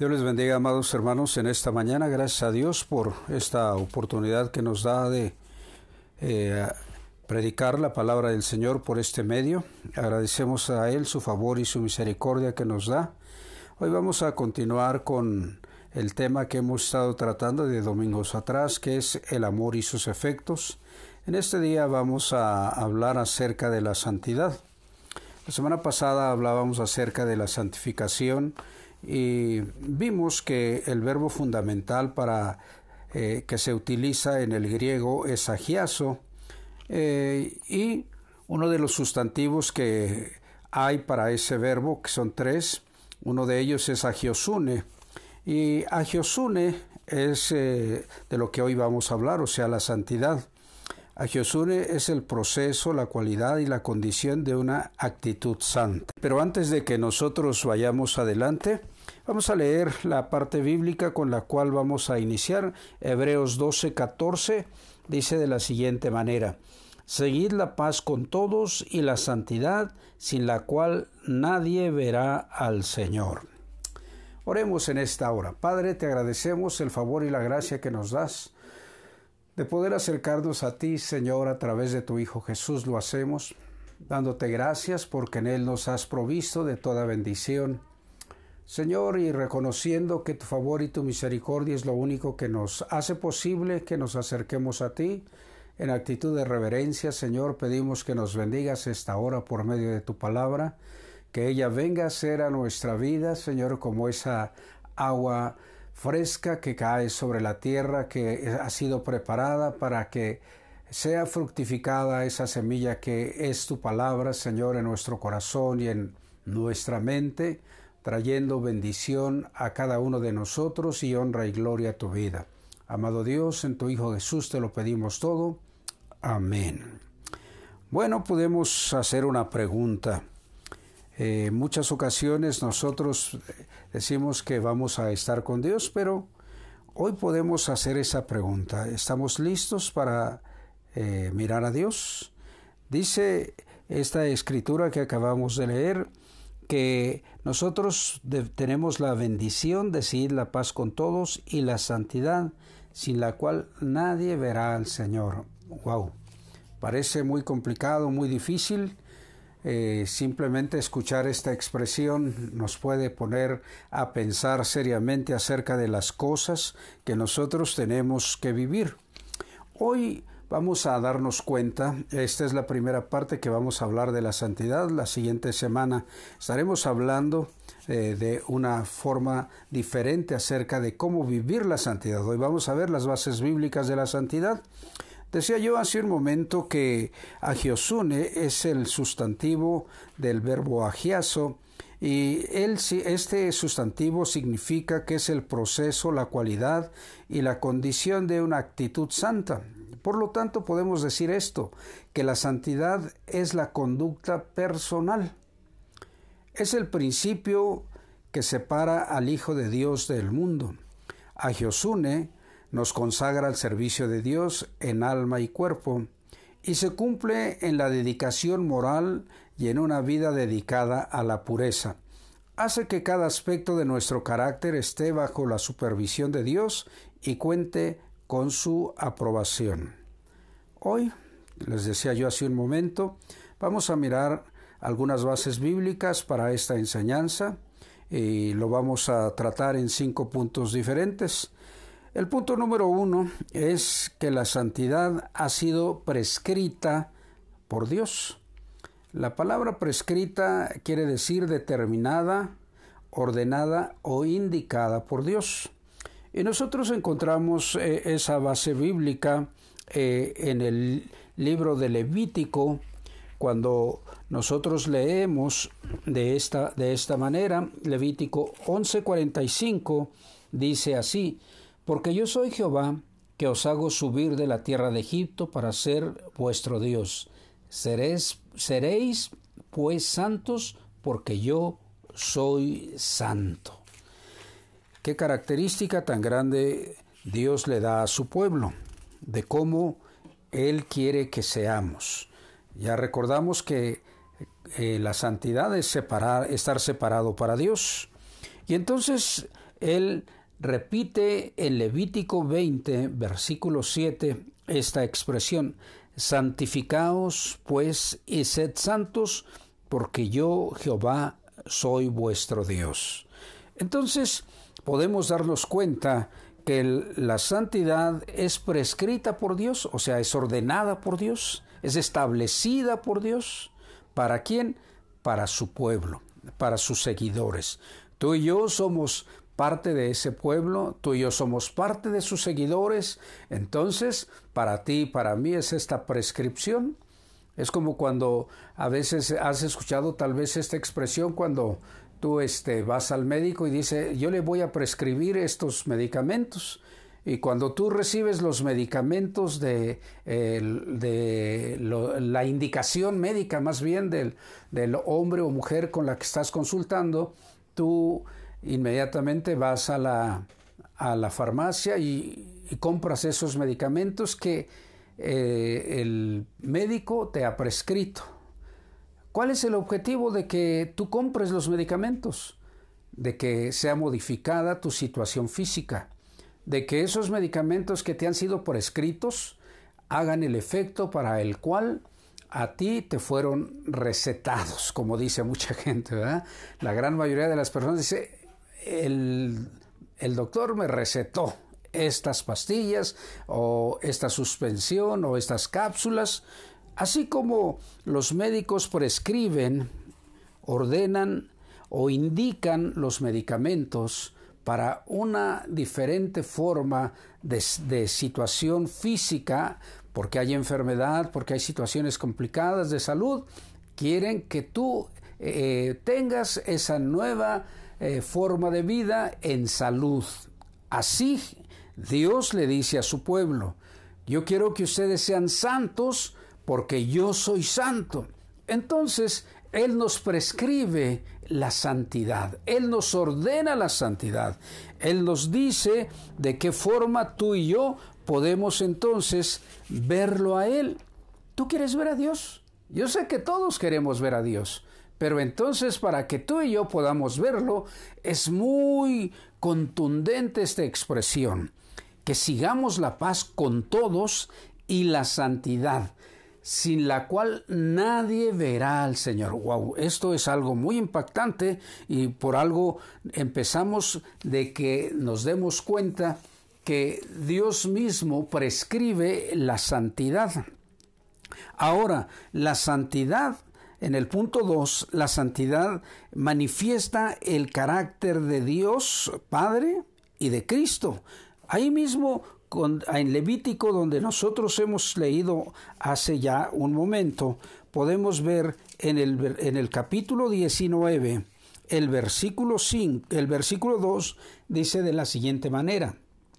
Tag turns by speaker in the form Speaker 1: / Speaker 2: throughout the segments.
Speaker 1: Dios les bendiga, amados hermanos, en esta mañana. Gracias a Dios por esta oportunidad que nos da de predicar la palabra del Señor por este medio. Agradecemos a Él su favor y su misericordia que nos da. Hoy vamos a continuar con el tema que hemos estado tratando de domingos atrás, que es el amor y sus efectos. En este día vamos a hablar acerca de la santidad. La semana pasada hablábamos acerca de la santificación y vimos que el verbo fundamental para que se utiliza en el griego es agiazo, y uno de los sustantivos que hay para ese verbo, que son tres, uno de ellos es agiosune, y agiosune es de lo que hoy vamos a hablar, o sea, la santidad. Agiosune es el proceso, la cualidad y la condición de una actitud santa. Pero antes de que nosotros vayamos adelante, vamos a leer la parte bíblica con la cual vamos a iniciar. Hebreos 12:14 dice de la siguiente manera: Seguid la paz con todos y la santidad, sin la cual nadie verá al Señor. Oremos en esta hora. Padre, te agradecemos el favor y la gracia que nos das de poder acercarnos a ti, Señor, a través de tu Hijo Jesús. Lo hacemos dándote gracias porque en Él nos has provisto de toda bendición, Señor, y reconociendo que tu favor y tu misericordia es lo único que nos hace posible que nos acerquemos a ti. En actitud de reverencia, Señor, pedimos que nos bendigas esta hora por medio de tu palabra, que ella venga a ser a nuestra vida, Señor, como esa agua fresca que cae sobre la tierra, que ha sido preparada para que sea fructificada esa semilla que es tu palabra, Señor, en nuestro corazón y en nuestra mente, trayendo bendición a cada uno de nosotros y honra y gloria a tu vida. Amado Dios, en tu Hijo Jesús te lo pedimos todo. Amén. Bueno, podemos hacer una pregunta. En muchas ocasiones nosotros decimos que vamos a estar con Dios, pero hoy podemos hacer esa pregunta. ¿Estamos listos para mirar a Dios? Dice esta escritura que acabamos de leer que nosotros tenemos la bendición de seguir la paz con todos y la santidad, sin la cual nadie verá al Señor. ¡Wow! Parece muy complicado, muy difícil. Simplemente escuchar esta expresión nos puede poner a pensar seriamente acerca de las cosas que nosotros tenemos que vivir. Hoy vamos a darnos cuenta, esta es la primera parte que vamos a hablar de la santidad. La siguiente semana estaremos hablando de una forma diferente acerca de cómo vivir la santidad. Hoy vamos a ver las bases bíblicas de la santidad. Decía yo hace un momento que agiosune es el sustantivo del verbo agiazo, y este sustantivo significa que es el proceso, la cualidad y la condición de una actitud santa. Por lo tanto, podemos decir esto, que la santidad es la conducta personal. Es el principio que separa al Hijo de Dios del mundo. Agiosune nos consagra al servicio de Dios en alma y cuerpo, y se cumple en la dedicación moral y en una vida dedicada a la pureza. Hace que cada aspecto de nuestro carácter esté bajo la supervisión de Dios y cuente con su aprobación. Hoy, les decía yo hace un momento, vamos a mirar algunas bases bíblicas para esta enseñanza y lo vamos a tratar en 5 puntos diferentes. El punto número 1 es que la santidad ha sido prescrita por Dios. La palabra prescrita quiere decir determinada, ordenada o indicada por Dios. Y nosotros encontramos esa base bíblica en el libro de Levítico. Cuando nosotros leemos de esta manera, Levítico 11:45 dice así: Porque yo soy Jehová, que os hago subir de la tierra de Egipto para ser vuestro Dios. Seréis pues santos, porque yo soy santo. Qué característica tan grande Dios le da a su pueblo, de cómo Él quiere que seamos. Ya recordamos que la santidad es estar separado para Dios. Y entonces Él repite en Levítico 20, versículo 7, esta expresión: santificaos pues y sed santos, porque yo, Jehová, soy vuestro Dios. Entonces, podemos darnos cuenta que la santidad es prescrita por Dios, o sea, es ordenada por Dios, es establecida por Dios. ¿Para quién? Para su pueblo, para sus seguidores. Tú y yo somos parte de ese pueblo, tú y yo somos parte de sus seguidores. Entonces, para ti y para mí es esta prescripción. Es como cuando a veces has escuchado tal vez esta expresión cuando tú vas al médico y dice: yo le voy a prescribir estos medicamentos. Y cuando tú recibes los medicamentos la indicación médica más bien del hombre o mujer con la que estás consultando, tú inmediatamente vas a la farmacia y compras esos medicamentos que el médico te ha prescrito. ¿Cuál es el objetivo de que tú compres los medicamentos? De que sea modificada tu situación física, de que esos medicamentos que te han sido prescritos hagan el efecto para el cual a ti te fueron recetados, como dice mucha gente, ¿verdad? La gran mayoría de las personas dice: el doctor me recetó estas pastillas o esta suspensión o estas cápsulas. Así como los médicos prescriben, ordenan o indican los medicamentos para una diferente forma de situación física, porque hay enfermedad, porque hay situaciones complicadas de salud, quieren que tú tengas esa nueva forma de vida en salud. Así Dios le dice a su pueblo: yo quiero que ustedes sean santos porque yo soy santo. Entonces, Él nos prescribe la santidad, Él nos ordena la santidad, Él nos dice de qué forma tú y yo podemos entonces verlo a Él. ¿Tú quieres ver a Dios? Yo sé que todos queremos ver a Dios, pero entonces para que tú y yo podamos verlo, es muy contundente esta expresión: que sigamos la paz con todos y la santidad, sin la cual nadie verá al Señor. Wow, esto es algo muy impactante, y por algo empezamos de que nos demos cuenta que Dios mismo prescribe la santidad. Ahora, la santidad, en el punto 2, la santidad manifiesta el carácter de Dios Padre y de Cristo. Ahí mismo en Levítico, donde nosotros hemos leído hace ya un momento, podemos ver en el capítulo 19, el versículo 2 dice de la siguiente manera: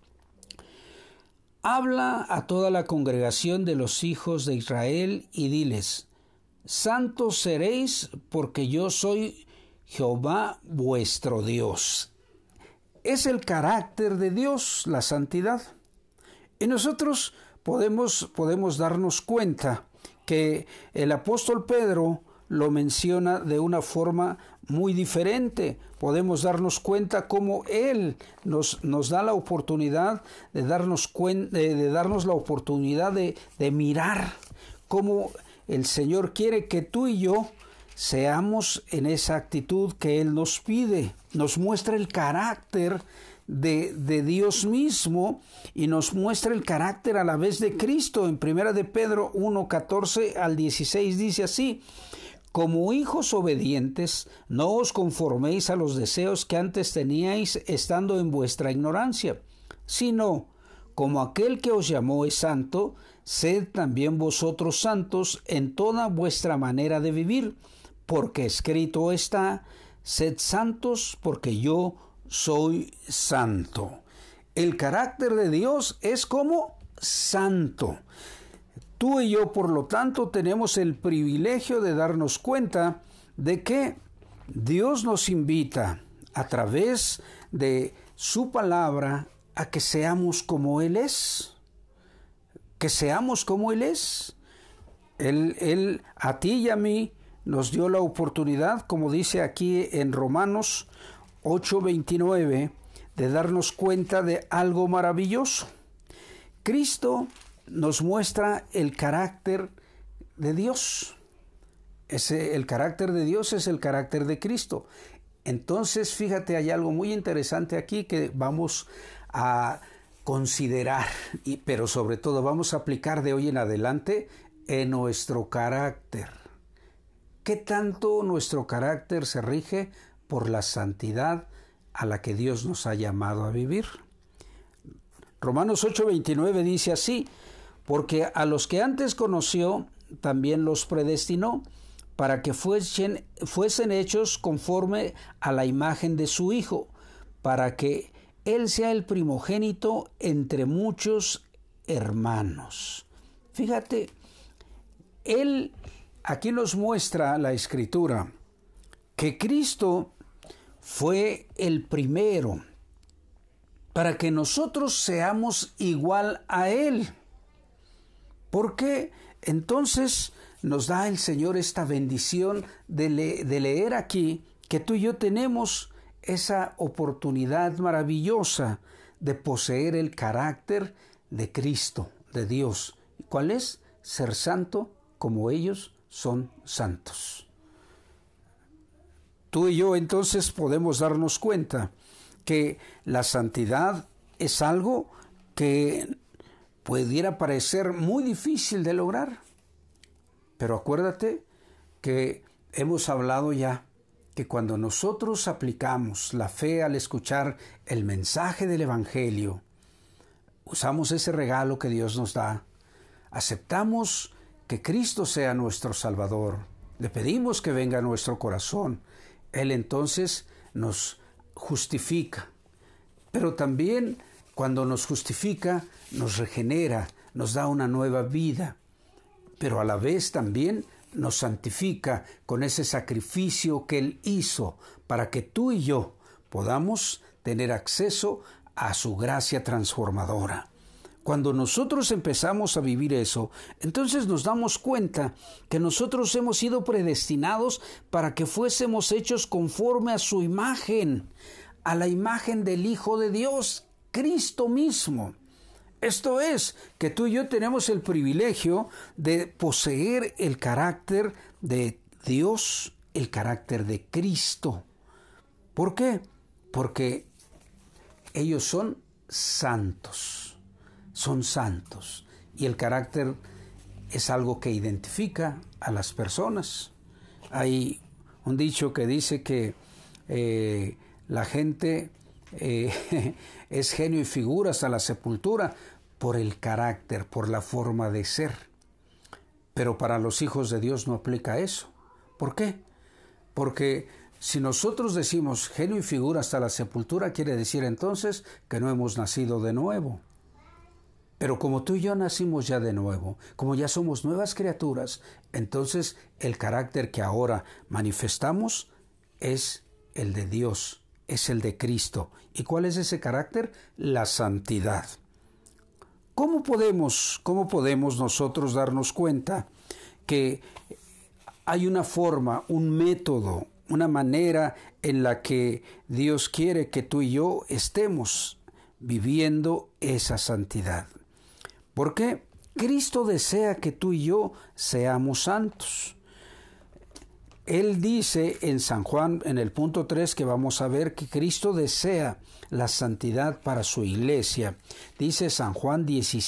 Speaker 1: habla a toda la congregación de los hijos de Israel y diles: santos seréis, porque yo soy Jehová vuestro Dios. Es el carácter de Dios, la santidad. Y nosotros podemos darnos cuenta que el apóstol Pedro lo menciona de una forma muy diferente. Podemos darnos cuenta cómo él nos da la oportunidad de darnos la oportunidad de mirar cómo el Señor quiere que tú y yo seamos en esa actitud que Él nos pide. Nos muestra el carácter de Dios mismo y nos muestra el carácter a la vez de Cristo. En 1 de Pedro 1, 14 al 16 dice así: como hijos obedientes, no os conforméis a los deseos que antes teníais estando en vuestra ignorancia, sino como aquel que os llamó es santo, sed también vosotros santos en toda vuestra manera de vivir, porque escrito está: sed santos porque yo soy santo. El carácter de Dios es como santo. Tú y yo, por lo tanto, tenemos el privilegio de darnos cuenta de que Dios nos invita a través de su palabra a que seamos como Él es. Que seamos como Él es. Él a ti y a mí nos dio la oportunidad, como dice aquí en Romanos 8:29, de darnos cuenta de algo maravilloso. Cristo nos muestra el carácter de Dios. El carácter de Dios es el carácter de Cristo. Entonces, fíjate, hay algo muy interesante aquí que vamos a considerar, pero sobre todo vamos a aplicar de hoy en adelante en nuestro carácter. ¿Qué tanto nuestro carácter se rige por la santidad a la que Dios nos ha llamado a vivir? Romanos 8:29 dice así: porque a los que antes conoció, también los predestinó, para que fuesen hechos conforme a la imagen de su Hijo, para que Él sea el primogénito entre muchos hermanos. Fíjate, Él aquí nos muestra la Escritura que Cristo fue el primero para que nosotros seamos igual a Él. ¿Por qué? Entonces nos da el Señor esta bendición de leer aquí que tú y yo tenemos esa oportunidad maravillosa de poseer el carácter de Cristo, de Dios. ¿Cuál es? Ser santo como ellos son santos. Tú y yo entonces podemos darnos cuenta que la santidad es algo que pudiera parecer muy difícil de lograr. Pero acuérdate que hemos hablado ya que cuando nosotros aplicamos la fe al escuchar el mensaje del Evangelio, usamos ese regalo que Dios nos da, aceptamos que Cristo sea nuestro Salvador, le pedimos que venga a nuestro corazón, Él entonces nos justifica. Pero también cuando nos justifica, nos regenera, nos da una nueva vida, pero a la vez también nos santifica con ese sacrificio que Él hizo para que tú y yo podamos tener acceso a su gracia transformadora. Cuando nosotros empezamos a vivir eso, entonces nos damos cuenta que nosotros hemos sido predestinados para que fuésemos hechos conforme a su imagen, a la imagen del Hijo de Dios, Cristo mismo. Esto es, que tú y yo tenemos el privilegio de poseer el carácter de Dios, el carácter de Cristo. ¿Por qué? Porque ellos son santos, y el carácter es algo que identifica a las personas. Hay un dicho que dice que la gente es genio y figura hasta la sepultura por el carácter, por la forma de ser. Pero para los hijos de Dios no aplica eso. ¿Por qué? Porque si nosotros decimos genio y figura hasta la sepultura, quiere decir entonces que no hemos nacido de nuevo. Pero como tú y yo nacimos ya de nuevo, como ya somos nuevas criaturas, entonces el carácter que ahora manifestamos es el de Dios, es el de Cristo. ¿Y cuál es ese carácter? La santidad. ¿Cómo podemos nosotros darnos cuenta que hay una forma, un método, una manera en la que Dios quiere que tú y yo estemos viviendo esa santidad? Porque Cristo desea que tú y yo seamos santos. Él dice en San Juan, en el punto 3, que vamos a ver que Cristo desea la santidad para su iglesia. Dice San Juan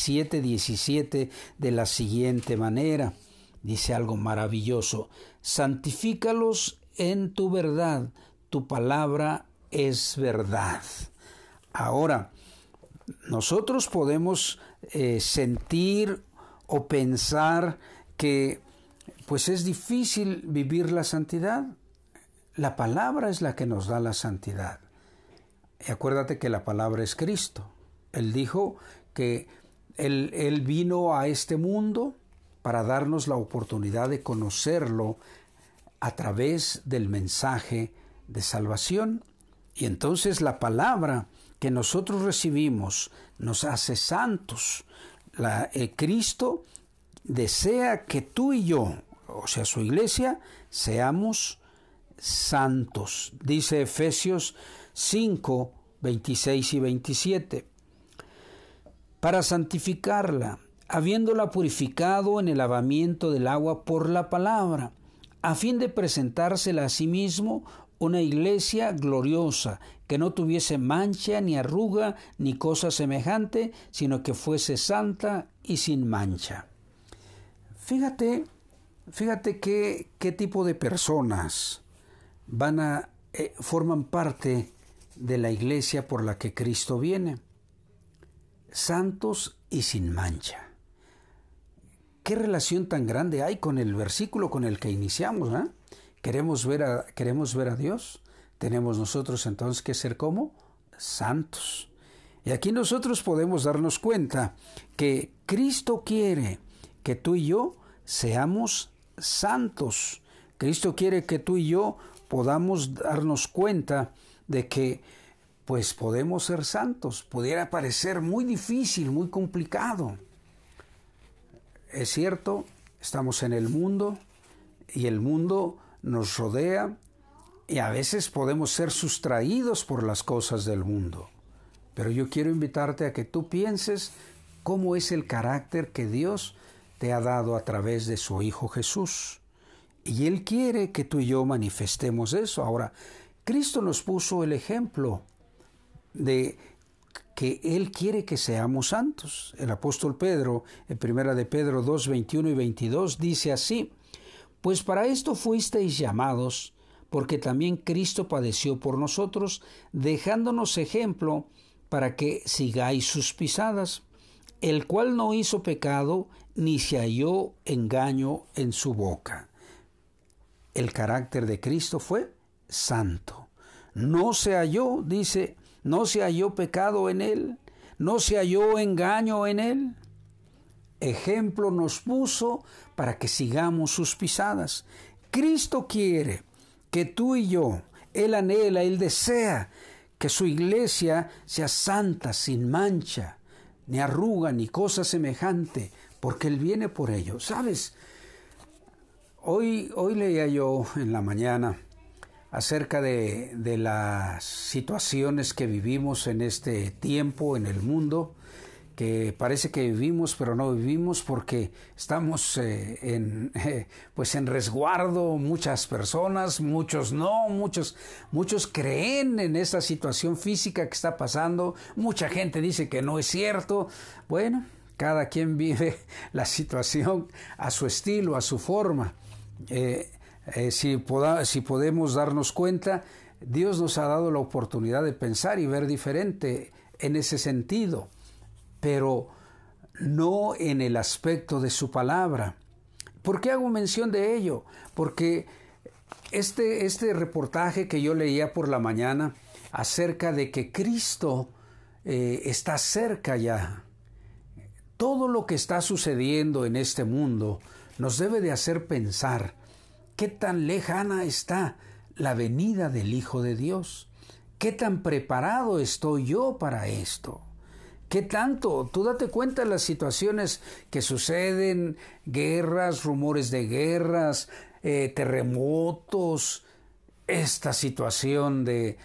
Speaker 1: 17:17 de la siguiente manera. Dice algo maravilloso: santifícalos en tu verdad, tu palabra es verdad. Ahora, nosotros podemos sentir o pensar que pues es difícil vivir la santidad. La palabra es la que nos da la santidad. Y acuérdate que la palabra es Cristo. Él dijo que Él vino a este mundo para darnos la oportunidad de conocerlo a través del mensaje de salvación. Y entonces la palabra que nosotros recibimos nos hace santos. Cristo desea que tú y yo, o sea, su iglesia, seamos santos. Dice Efesios 5, 26 y 27. Para santificarla, habiéndola purificado en el lavamiento del agua por la palabra, a fin de presentársela a sí mismo una iglesia gloriosa, que no tuviese mancha, ni arruga, ni cosa semejante, sino que fuese santa y sin mancha. Fíjate qué tipo de personas forman parte de la iglesia por la que Cristo viene. Santos y sin mancha. ¿Qué relación tan grande hay con el versículo con el que iniciamos? ¿Queremos ver a Dios? Tenemos nosotros entonces que ser como santos. Y aquí nosotros podemos darnos cuenta que Cristo quiere que tú y yo seamos santos. Cristo quiere que tú y yo podamos darnos cuenta de que pues podemos ser santos. Pudiera parecer muy difícil, muy complicado. Es cierto, estamos en el mundo y el mundo nos rodea y a veces podemos ser sustraídos por las cosas del mundo. Pero yo quiero invitarte a que tú pienses cómo es el carácter que Dios te ha dado a través de su Hijo Jesús. Y Él quiere que tú y yo manifestemos eso. Ahora, Cristo nos puso el ejemplo de que Él quiere que seamos santos. El apóstol Pedro, en 1 de Pedro 2, 21 y 22, dice así: pues para esto fuisteis llamados, porque también Cristo padeció por nosotros, dejándonos ejemplo para que sigáis sus pisadas, el cual no hizo pecado, ni se halló engaño en su boca. El carácter de Cristo fue santo. No se halló, dice, no se halló pecado en Él, no se halló engaño en Él. Ejemplo nos puso para que sigamos sus pisadas. Cristo quiere que tú y yo, Él anhela, Él desea que su iglesia sea santa, sin mancha, ni arruga, ni cosa semejante, porque Él viene por ello. ¿Sabes? Hoy leía yo en la mañana acerca de las situaciones que vivimos en este tiempo, en el mundo, que parece que vivimos, pero no vivimos porque estamos en resguardo. Muchas personas, muchos no, muchos creen en esta situación física que está pasando. Mucha gente dice que no es cierto. Bueno, cada quien vive la situación a su estilo, a su forma. Si podemos darnos cuenta, Dios nos ha dado la oportunidad de pensar y ver diferente en ese sentido, pero no en el aspecto de su palabra. ¿Por qué hago mención de ello? Porque este reportaje que yo leía por la mañana acerca de que Cristo está cerca ya. Todo lo que está sucediendo en este mundo nos debe de hacer pensar qué tan lejana está la venida del Hijo de Dios. ¿Qué tan preparado estoy yo para esto? ¿Qué tanto? Tú date cuenta de las situaciones que suceden, guerras, rumores de guerras, terremotos, esta situación de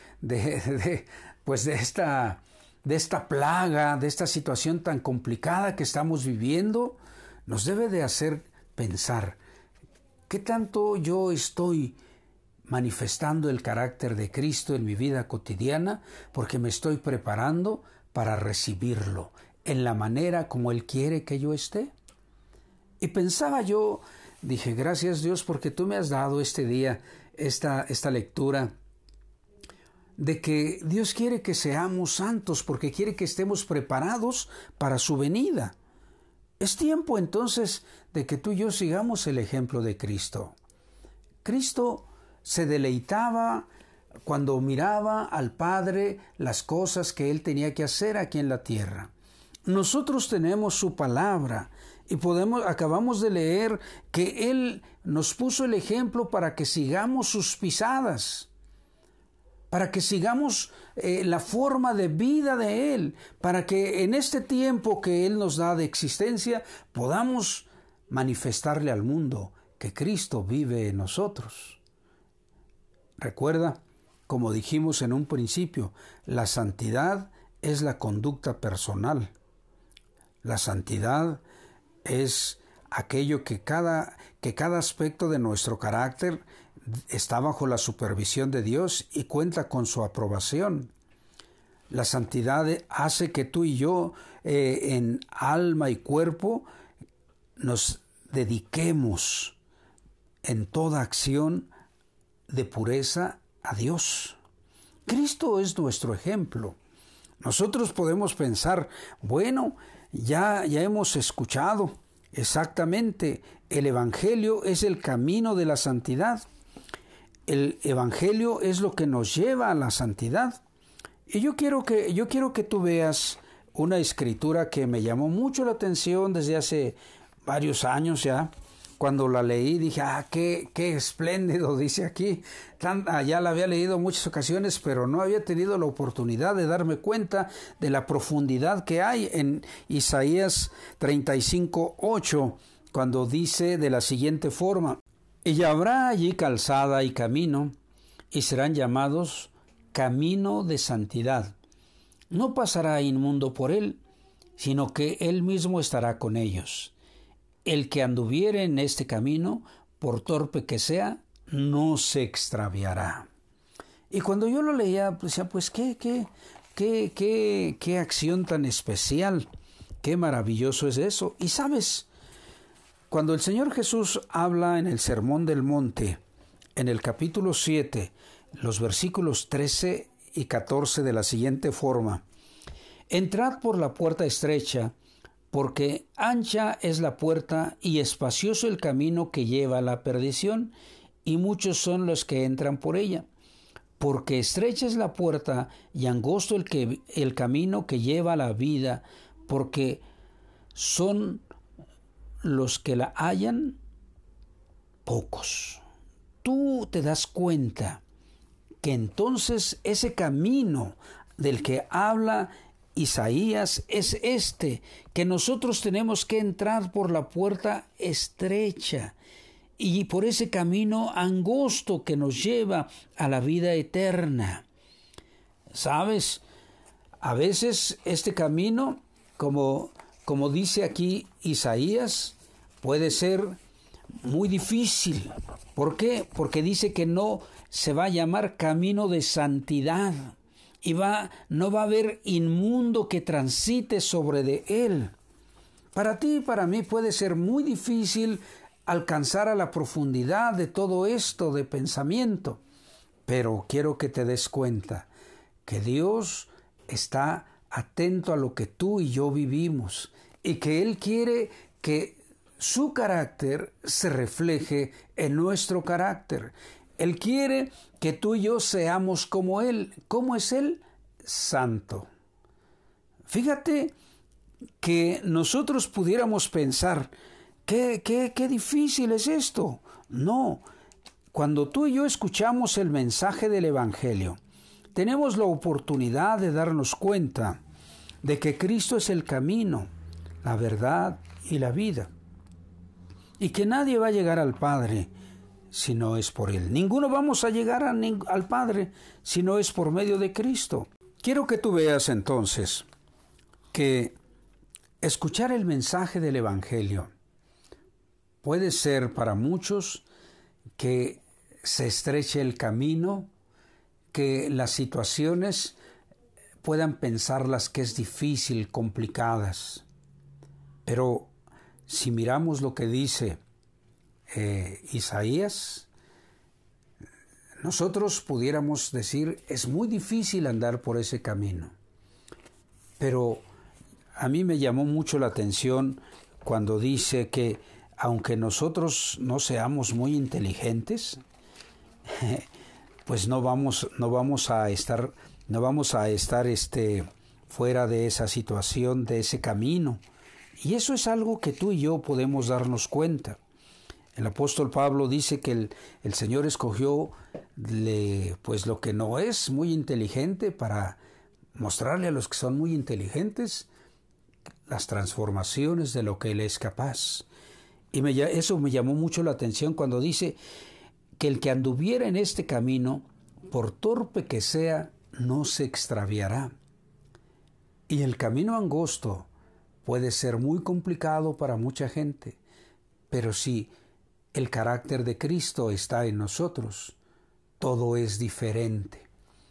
Speaker 1: esta plaga, de esta situación tan complicada que estamos viviendo, nos debe de hacer pensar, ¿qué tanto yo estoy manifestando el carácter de Cristo en mi vida cotidiana? Porque me estoy preparando para recibirlo en la manera como Él quiere que yo esté. Y pensaba yo, dije, gracias Dios porque tú me has dado este día esta lectura de que Dios quiere que seamos santos porque quiere que estemos preparados para su venida. Es tiempo entonces de que tú y yo sigamos el ejemplo de Cristo. Cristo se deleitaba cuando miraba al Padre las cosas que Él tenía que hacer aquí en la tierra. Nosotros tenemos su palabra y acabamos de leer que Él nos puso el ejemplo para que sigamos sus pisadas, para que sigamos la forma de vida de Él, para que en este tiempo que Él nos da de existencia podamos manifestarle al mundo que Cristo vive en nosotros. Recuerda como dijimos en un principio, la santidad es la conducta personal. La santidad es aquello que cada aspecto de nuestro carácter está bajo la supervisión de Dios y cuenta con su aprobación. La santidad hace que tú y yo, en alma y cuerpo, nos dediquemos en toda acción de pureza a Dios. Cristo es nuestro ejemplo. Nosotros podemos pensar, bueno, ya hemos escuchado exactamente, el Evangelio es el camino de la santidad. El Evangelio es lo que nos lleva a la santidad. Y yo quiero que tú veas una escritura que me llamó mucho la atención desde hace varios años ya. Cuando la leí dije, qué espléndido, dice aquí. Ya la había leído en muchas ocasiones, pero no había tenido la oportunidad de darme cuenta de la profundidad que hay en Isaías 35:8, cuando dice de la siguiente forma: y habrá allí calzada y camino, y serán llamados camino de santidad. No pasará inmundo por él, sino que él mismo estará con ellos. El que anduviere en este camino, por torpe que sea, no se extraviará. Y cuando yo lo leía, decía, pues qué acción tan especial, qué maravilloso es eso. Y sabes, cuando el Señor Jesús habla en el Sermón del Monte, en el capítulo 7, los versículos 13 y 14 de la siguiente forma: entrad por la puerta estrecha, porque ancha es la puerta y espacioso el camino que lleva a la perdición, y muchos son los que entran por ella. Porque estrecha es la puerta y angosto el camino que lleva a la vida, porque son los que la hallan pocos. Tú te das cuenta que entonces ese camino del que habla Isaías es que nosotros tenemos que entrar por la puerta estrecha y por ese camino angosto que nos lleva a la vida eterna. ¿Sabes? A veces este camino, como dice aquí Isaías, puede ser muy difícil. ¿Por qué? Porque dice que no se va a llamar camino de santidad. Y no va a haber inmundo que transite sobre de él. Para ti y para mí puede ser muy difícil alcanzar a la profundidad de todo esto de pensamiento, pero quiero que te des cuenta que Dios está atento a lo que tú y yo vivimos y que Él quiere que su carácter se refleje en nuestro carácter. Él quiere que tú y yo seamos como Él. ¿Cómo es Él? Santo. Fíjate que nosotros pudiéramos pensar, qué difícil es esto. No, cuando tú y yo escuchamos el mensaje del Evangelio, tenemos la oportunidad de darnos cuenta de que Cristo es el camino, la verdad y la vida. Y que nadie va a llegar al Padre si no es por Él. Ninguno vamos a llegar al Padre si no es por medio de Cristo. Quiero que tú veas entonces que escuchar el mensaje del Evangelio puede ser para muchos que se estreche el camino, que las situaciones puedan pensarlas que es difícil, complicadas. Pero si miramos lo que dice Isaías, nosotros pudiéramos decir, es muy difícil andar por ese camino. Pero a mí me llamó mucho la atención cuando dice que aunque nosotros no seamos muy inteligentes, pues no vamos a estar fuera de esa situación, de ese camino. Y eso es algo que tú y yo podemos darnos cuenta. El apóstol Pablo dice que el Señor escogió pues lo que no es muy inteligente para mostrarle a los que son muy inteligentes las transformaciones de lo que Él es capaz. Y eso me llamó mucho la atención cuando dice que el que anduviera en este camino, por torpe que sea, no se extraviará. Y el camino angosto puede ser muy complicado para mucha gente, pero si el carácter de Cristo está en nosotros, todo es diferente.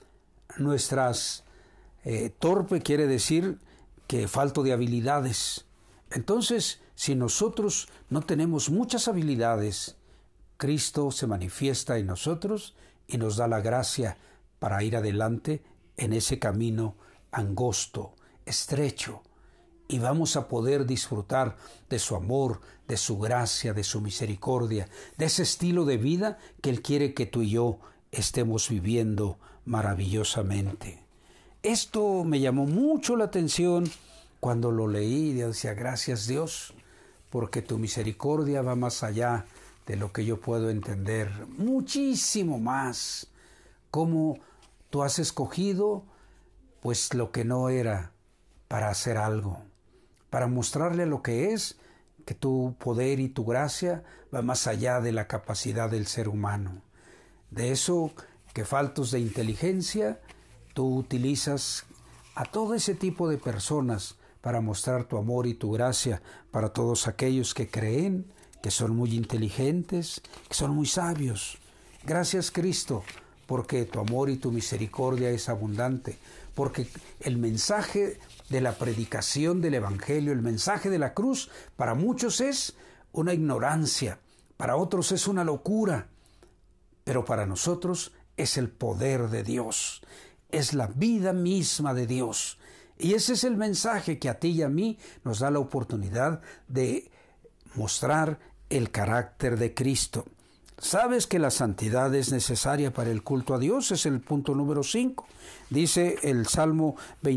Speaker 1: Torpe quiere decir que falto de habilidades. Entonces, si nosotros no tenemos muchas habilidades, Cristo se manifiesta en nosotros y nos da la gracia para ir adelante en ese camino angosto, estrecho, y vamos a poder disfrutar de su amor, de su gracia, de su misericordia, de ese estilo de vida que Él quiere que tú y yo estemos viviendo maravillosamente. Esto me llamó mucho la atención cuando lo leí. Yo decía, gracias Dios, porque tu misericordia va más allá de lo que yo puedo entender, muchísimo más. Cómo tú has escogido, pues, lo que no era para hacer algo, para mostrarle lo que es, que tu poder y tu gracia va más allá de la capacidad del ser humano. De eso que faltos de inteligencia, tú utilizas a todo ese tipo de personas para mostrar tu amor y tu gracia para todos aquellos que creen, que son muy inteligentes, que son muy sabios. Gracias, Cristo, porque tu amor y tu misericordia es abundante, porque el mensaje de la predicación del Evangelio, el mensaje de la cruz, para muchos es una ignorancia, para otros es una locura, pero para nosotros es el poder de Dios, es la vida misma de Dios. Y ese es el mensaje que a ti y a mí nos da la oportunidad de mostrar el carácter de Cristo. ¿Sabes que la santidad es necesaria para el culto a Dios? Es el punto número 5. Dice el Salmo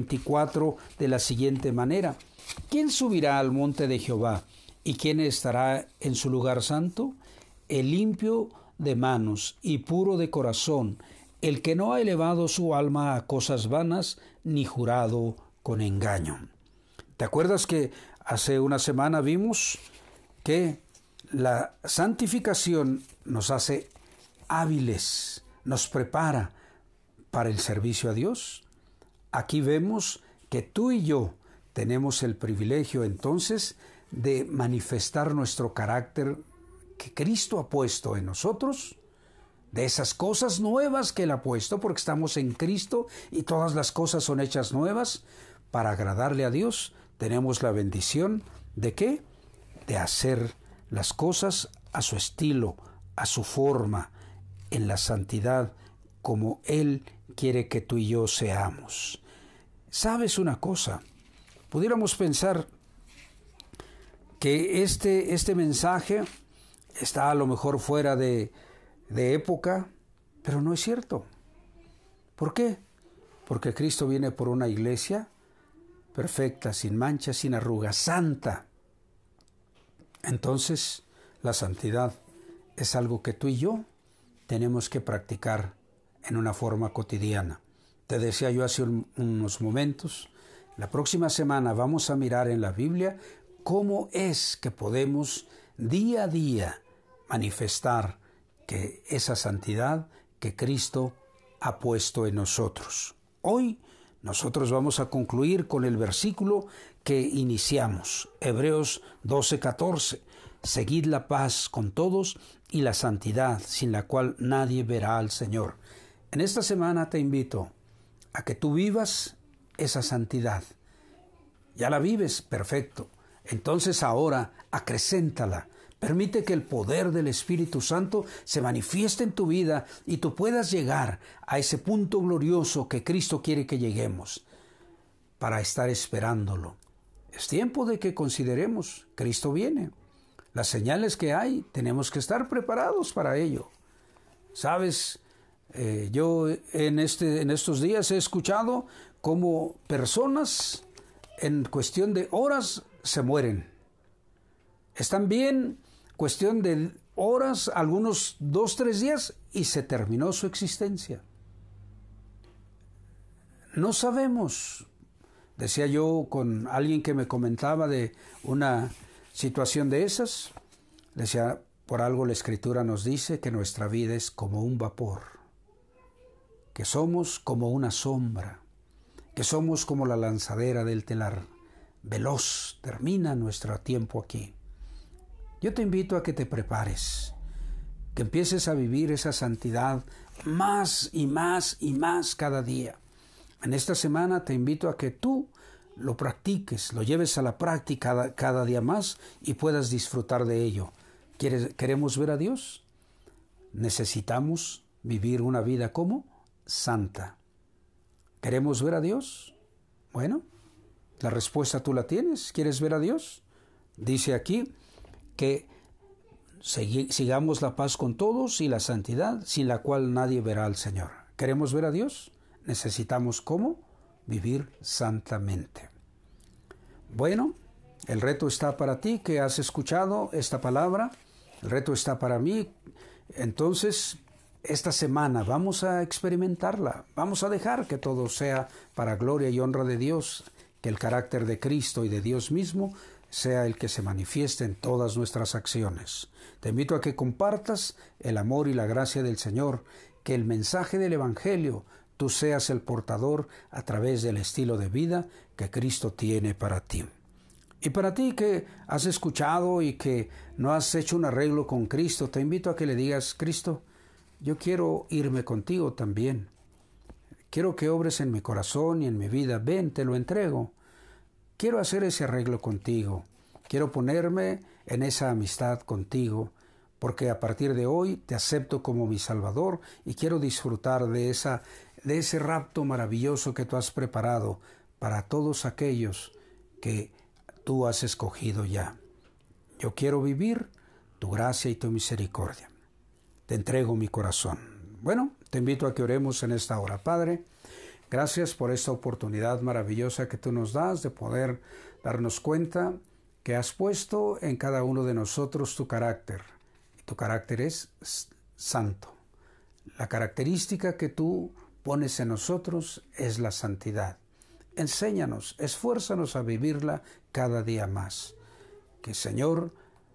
Speaker 1: 24 de la siguiente manera: ¿Quién subirá al monte de Jehová? ¿Y quién estará en su lugar santo? El limpio de manos y puro de corazón, el que no ha elevado su alma a cosas vanas, ni jurado con engaño. ¿Te acuerdas que hace una semana vimos que la santificación nos hace hábiles, nos prepara para el servicio a Dios? Aquí vemos que tú y yo tenemos el privilegio entonces de manifestar nuestro carácter que Cristo ha puesto en nosotros, de esas cosas nuevas que Él ha puesto, porque estamos en Cristo y todas las cosas son hechas nuevas. Para agradarle a Dios tenemos la bendición ¿de qué? De hacer las cosas a su estilo, a su forma, en la santidad como Él quiere que tú y yo seamos. ¿Sabes una cosa? Pudiéramos pensar que este mensaje está a lo mejor fuera de época, pero no es cierto. ¿Por qué? Porque Cristo viene por una iglesia perfecta, sin mancha, sin arruga, santa. Entonces, la santidad es algo que tú y yo tenemos que practicar en una forma cotidiana. Te decía yo hace unos momentos, la próxima semana vamos a mirar en la Biblia cómo es que podemos día a día manifestar que esa santidad que Cristo ha puesto en nosotros. Hoy nosotros vamos a concluir con el versículo que iniciamos, Hebreos 12:14. Seguid la paz con todos y la santidad, sin la cual nadie verá al Señor. En esta semana te invito a que tú vivas esa santidad. Ya la vives, perfecto. Entonces ahora acrecéntala. Permite que el poder del Espíritu Santo se manifieste en tu vida y tú puedas llegar a ese punto glorioso que Cristo quiere que lleguemos para estar esperándolo. Es tiempo de que consideremos, Cristo viene. Las señales que hay, tenemos que estar preparados para ello. ¿Sabes? Yo en estos días he escuchado cómo personas en cuestión de horas se mueren. Están bien, cuestión de horas, algunos 2-3 días, y se terminó su existencia. No sabemos. Decía yo con alguien que me comentaba de una situación de esas, decía, por algo la Escritura nos dice que nuestra vida es como un vapor. que somos como una sombra, que somos como la lanzadera del telar. Veloz termina nuestro tiempo aquí. Yo te invito a que te prepares, que empieces a vivir esa santidad más y más y más cada día. En esta semana te invito a que tú lo practiques, lo lleves a la práctica cada día más y puedas disfrutar de ello. ¿Queremos ver a Dios? Necesitamos vivir una vida como santa. ¿Queremos ver a Dios? Bueno, la respuesta tú la tienes. ¿Quieres ver a Dios? Dice aquí que sigamos la paz con todos y la santidad, sin la cual nadie verá al Señor. ¿Queremos ver a Dios? Necesitamos ¿cómo? Vivir santamente. Bueno, el reto está para ti que has escuchado esta palabra. El reto está para mí. Entonces, esta semana vamos a experimentarla. Vamos a dejar que todo sea para gloria y honra de Dios, que el carácter de Cristo y de Dios mismo sea el que se manifieste en todas nuestras acciones. Te invito a que compartas el amor y la gracia del Señor, que el mensaje del Evangelio tú seas el portador a través del estilo de vida que Cristo tiene para ti. Y para ti que has escuchado y que no has hecho un arreglo con Cristo, te invito a que le digas: Cristo, yo quiero irme contigo también. Quiero que obres en mi corazón y en mi vida. Ven, te lo entrego. Quiero hacer ese arreglo contigo. Quiero ponerme en esa amistad contigo, porque a partir de hoy te acepto como mi Salvador y quiero disfrutar de ese rapto maravilloso que tú has preparado para todos aquellos que tú has escogido ya. Yo quiero vivir tu gracia y tu misericordia. Te entrego mi corazón. Bueno, te invito a que oremos en esta hora. Padre, gracias por esta oportunidad maravillosa que tú nos das de poder darnos cuenta que has puesto en cada uno de nosotros tu carácter. Y tu carácter es santo. La característica que tú pones en nosotros es la santidad. Enséñanos, esfuérzanos a vivirla cada día más. Que, Señor,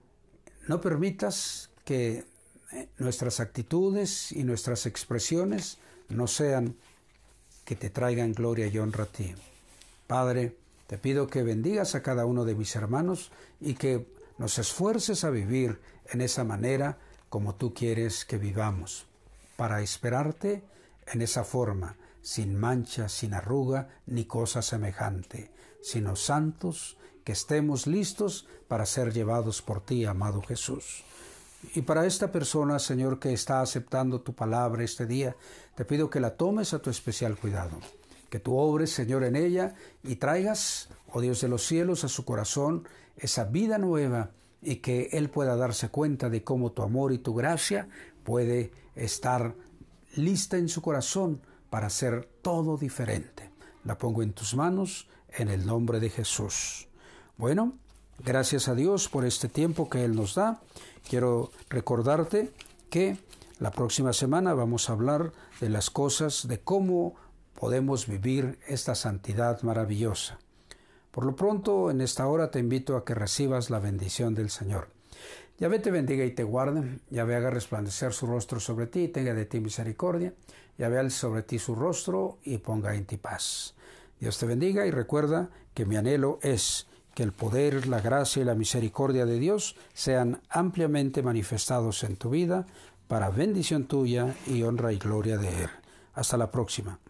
Speaker 1: no permitas que nuestras actitudes y nuestras expresiones no sean que te traigan gloria y honra a ti. Padre, te pido que bendigas a cada uno de mis hermanos y que nos esfuerces a vivir en esa manera como tú quieres que vivamos, para esperarte en esa forma, sin mancha, sin arruga, ni cosa semejante, sino santos, que estemos listos para ser llevados por ti, amado Jesús. Y para esta persona, Señor, que está aceptando tu palabra este día, te pido que la tomes a tu especial cuidado, que tú obres, Señor, en ella y traigas, oh Dios de los cielos, a su corazón esa vida nueva y que él pueda darse cuenta de cómo tu amor y tu gracia puede estar lista en su corazón para hacer todo diferente. La pongo en tus manos en el nombre de Jesús. Bueno, gracias a Dios por este tiempo que Él nos da. Quiero recordarte que la próxima semana vamos a hablar de las cosas, de cómo podemos vivir esta santidad maravillosa. Por lo pronto, en esta hora te invito a que recibas la bendición del Señor. Yahvé te bendiga y te guarde. Yahvé haga resplandecer su rostro sobre ti y tenga de ti misericordia. Yahvé alce sobre ti su rostro y ponga en ti paz. Dios te bendiga y recuerda que mi anhelo es que el poder, la gracia y la misericordia de Dios sean ampliamente manifestados en tu vida para bendición tuya y honra y gloria de Él. Hasta la próxima.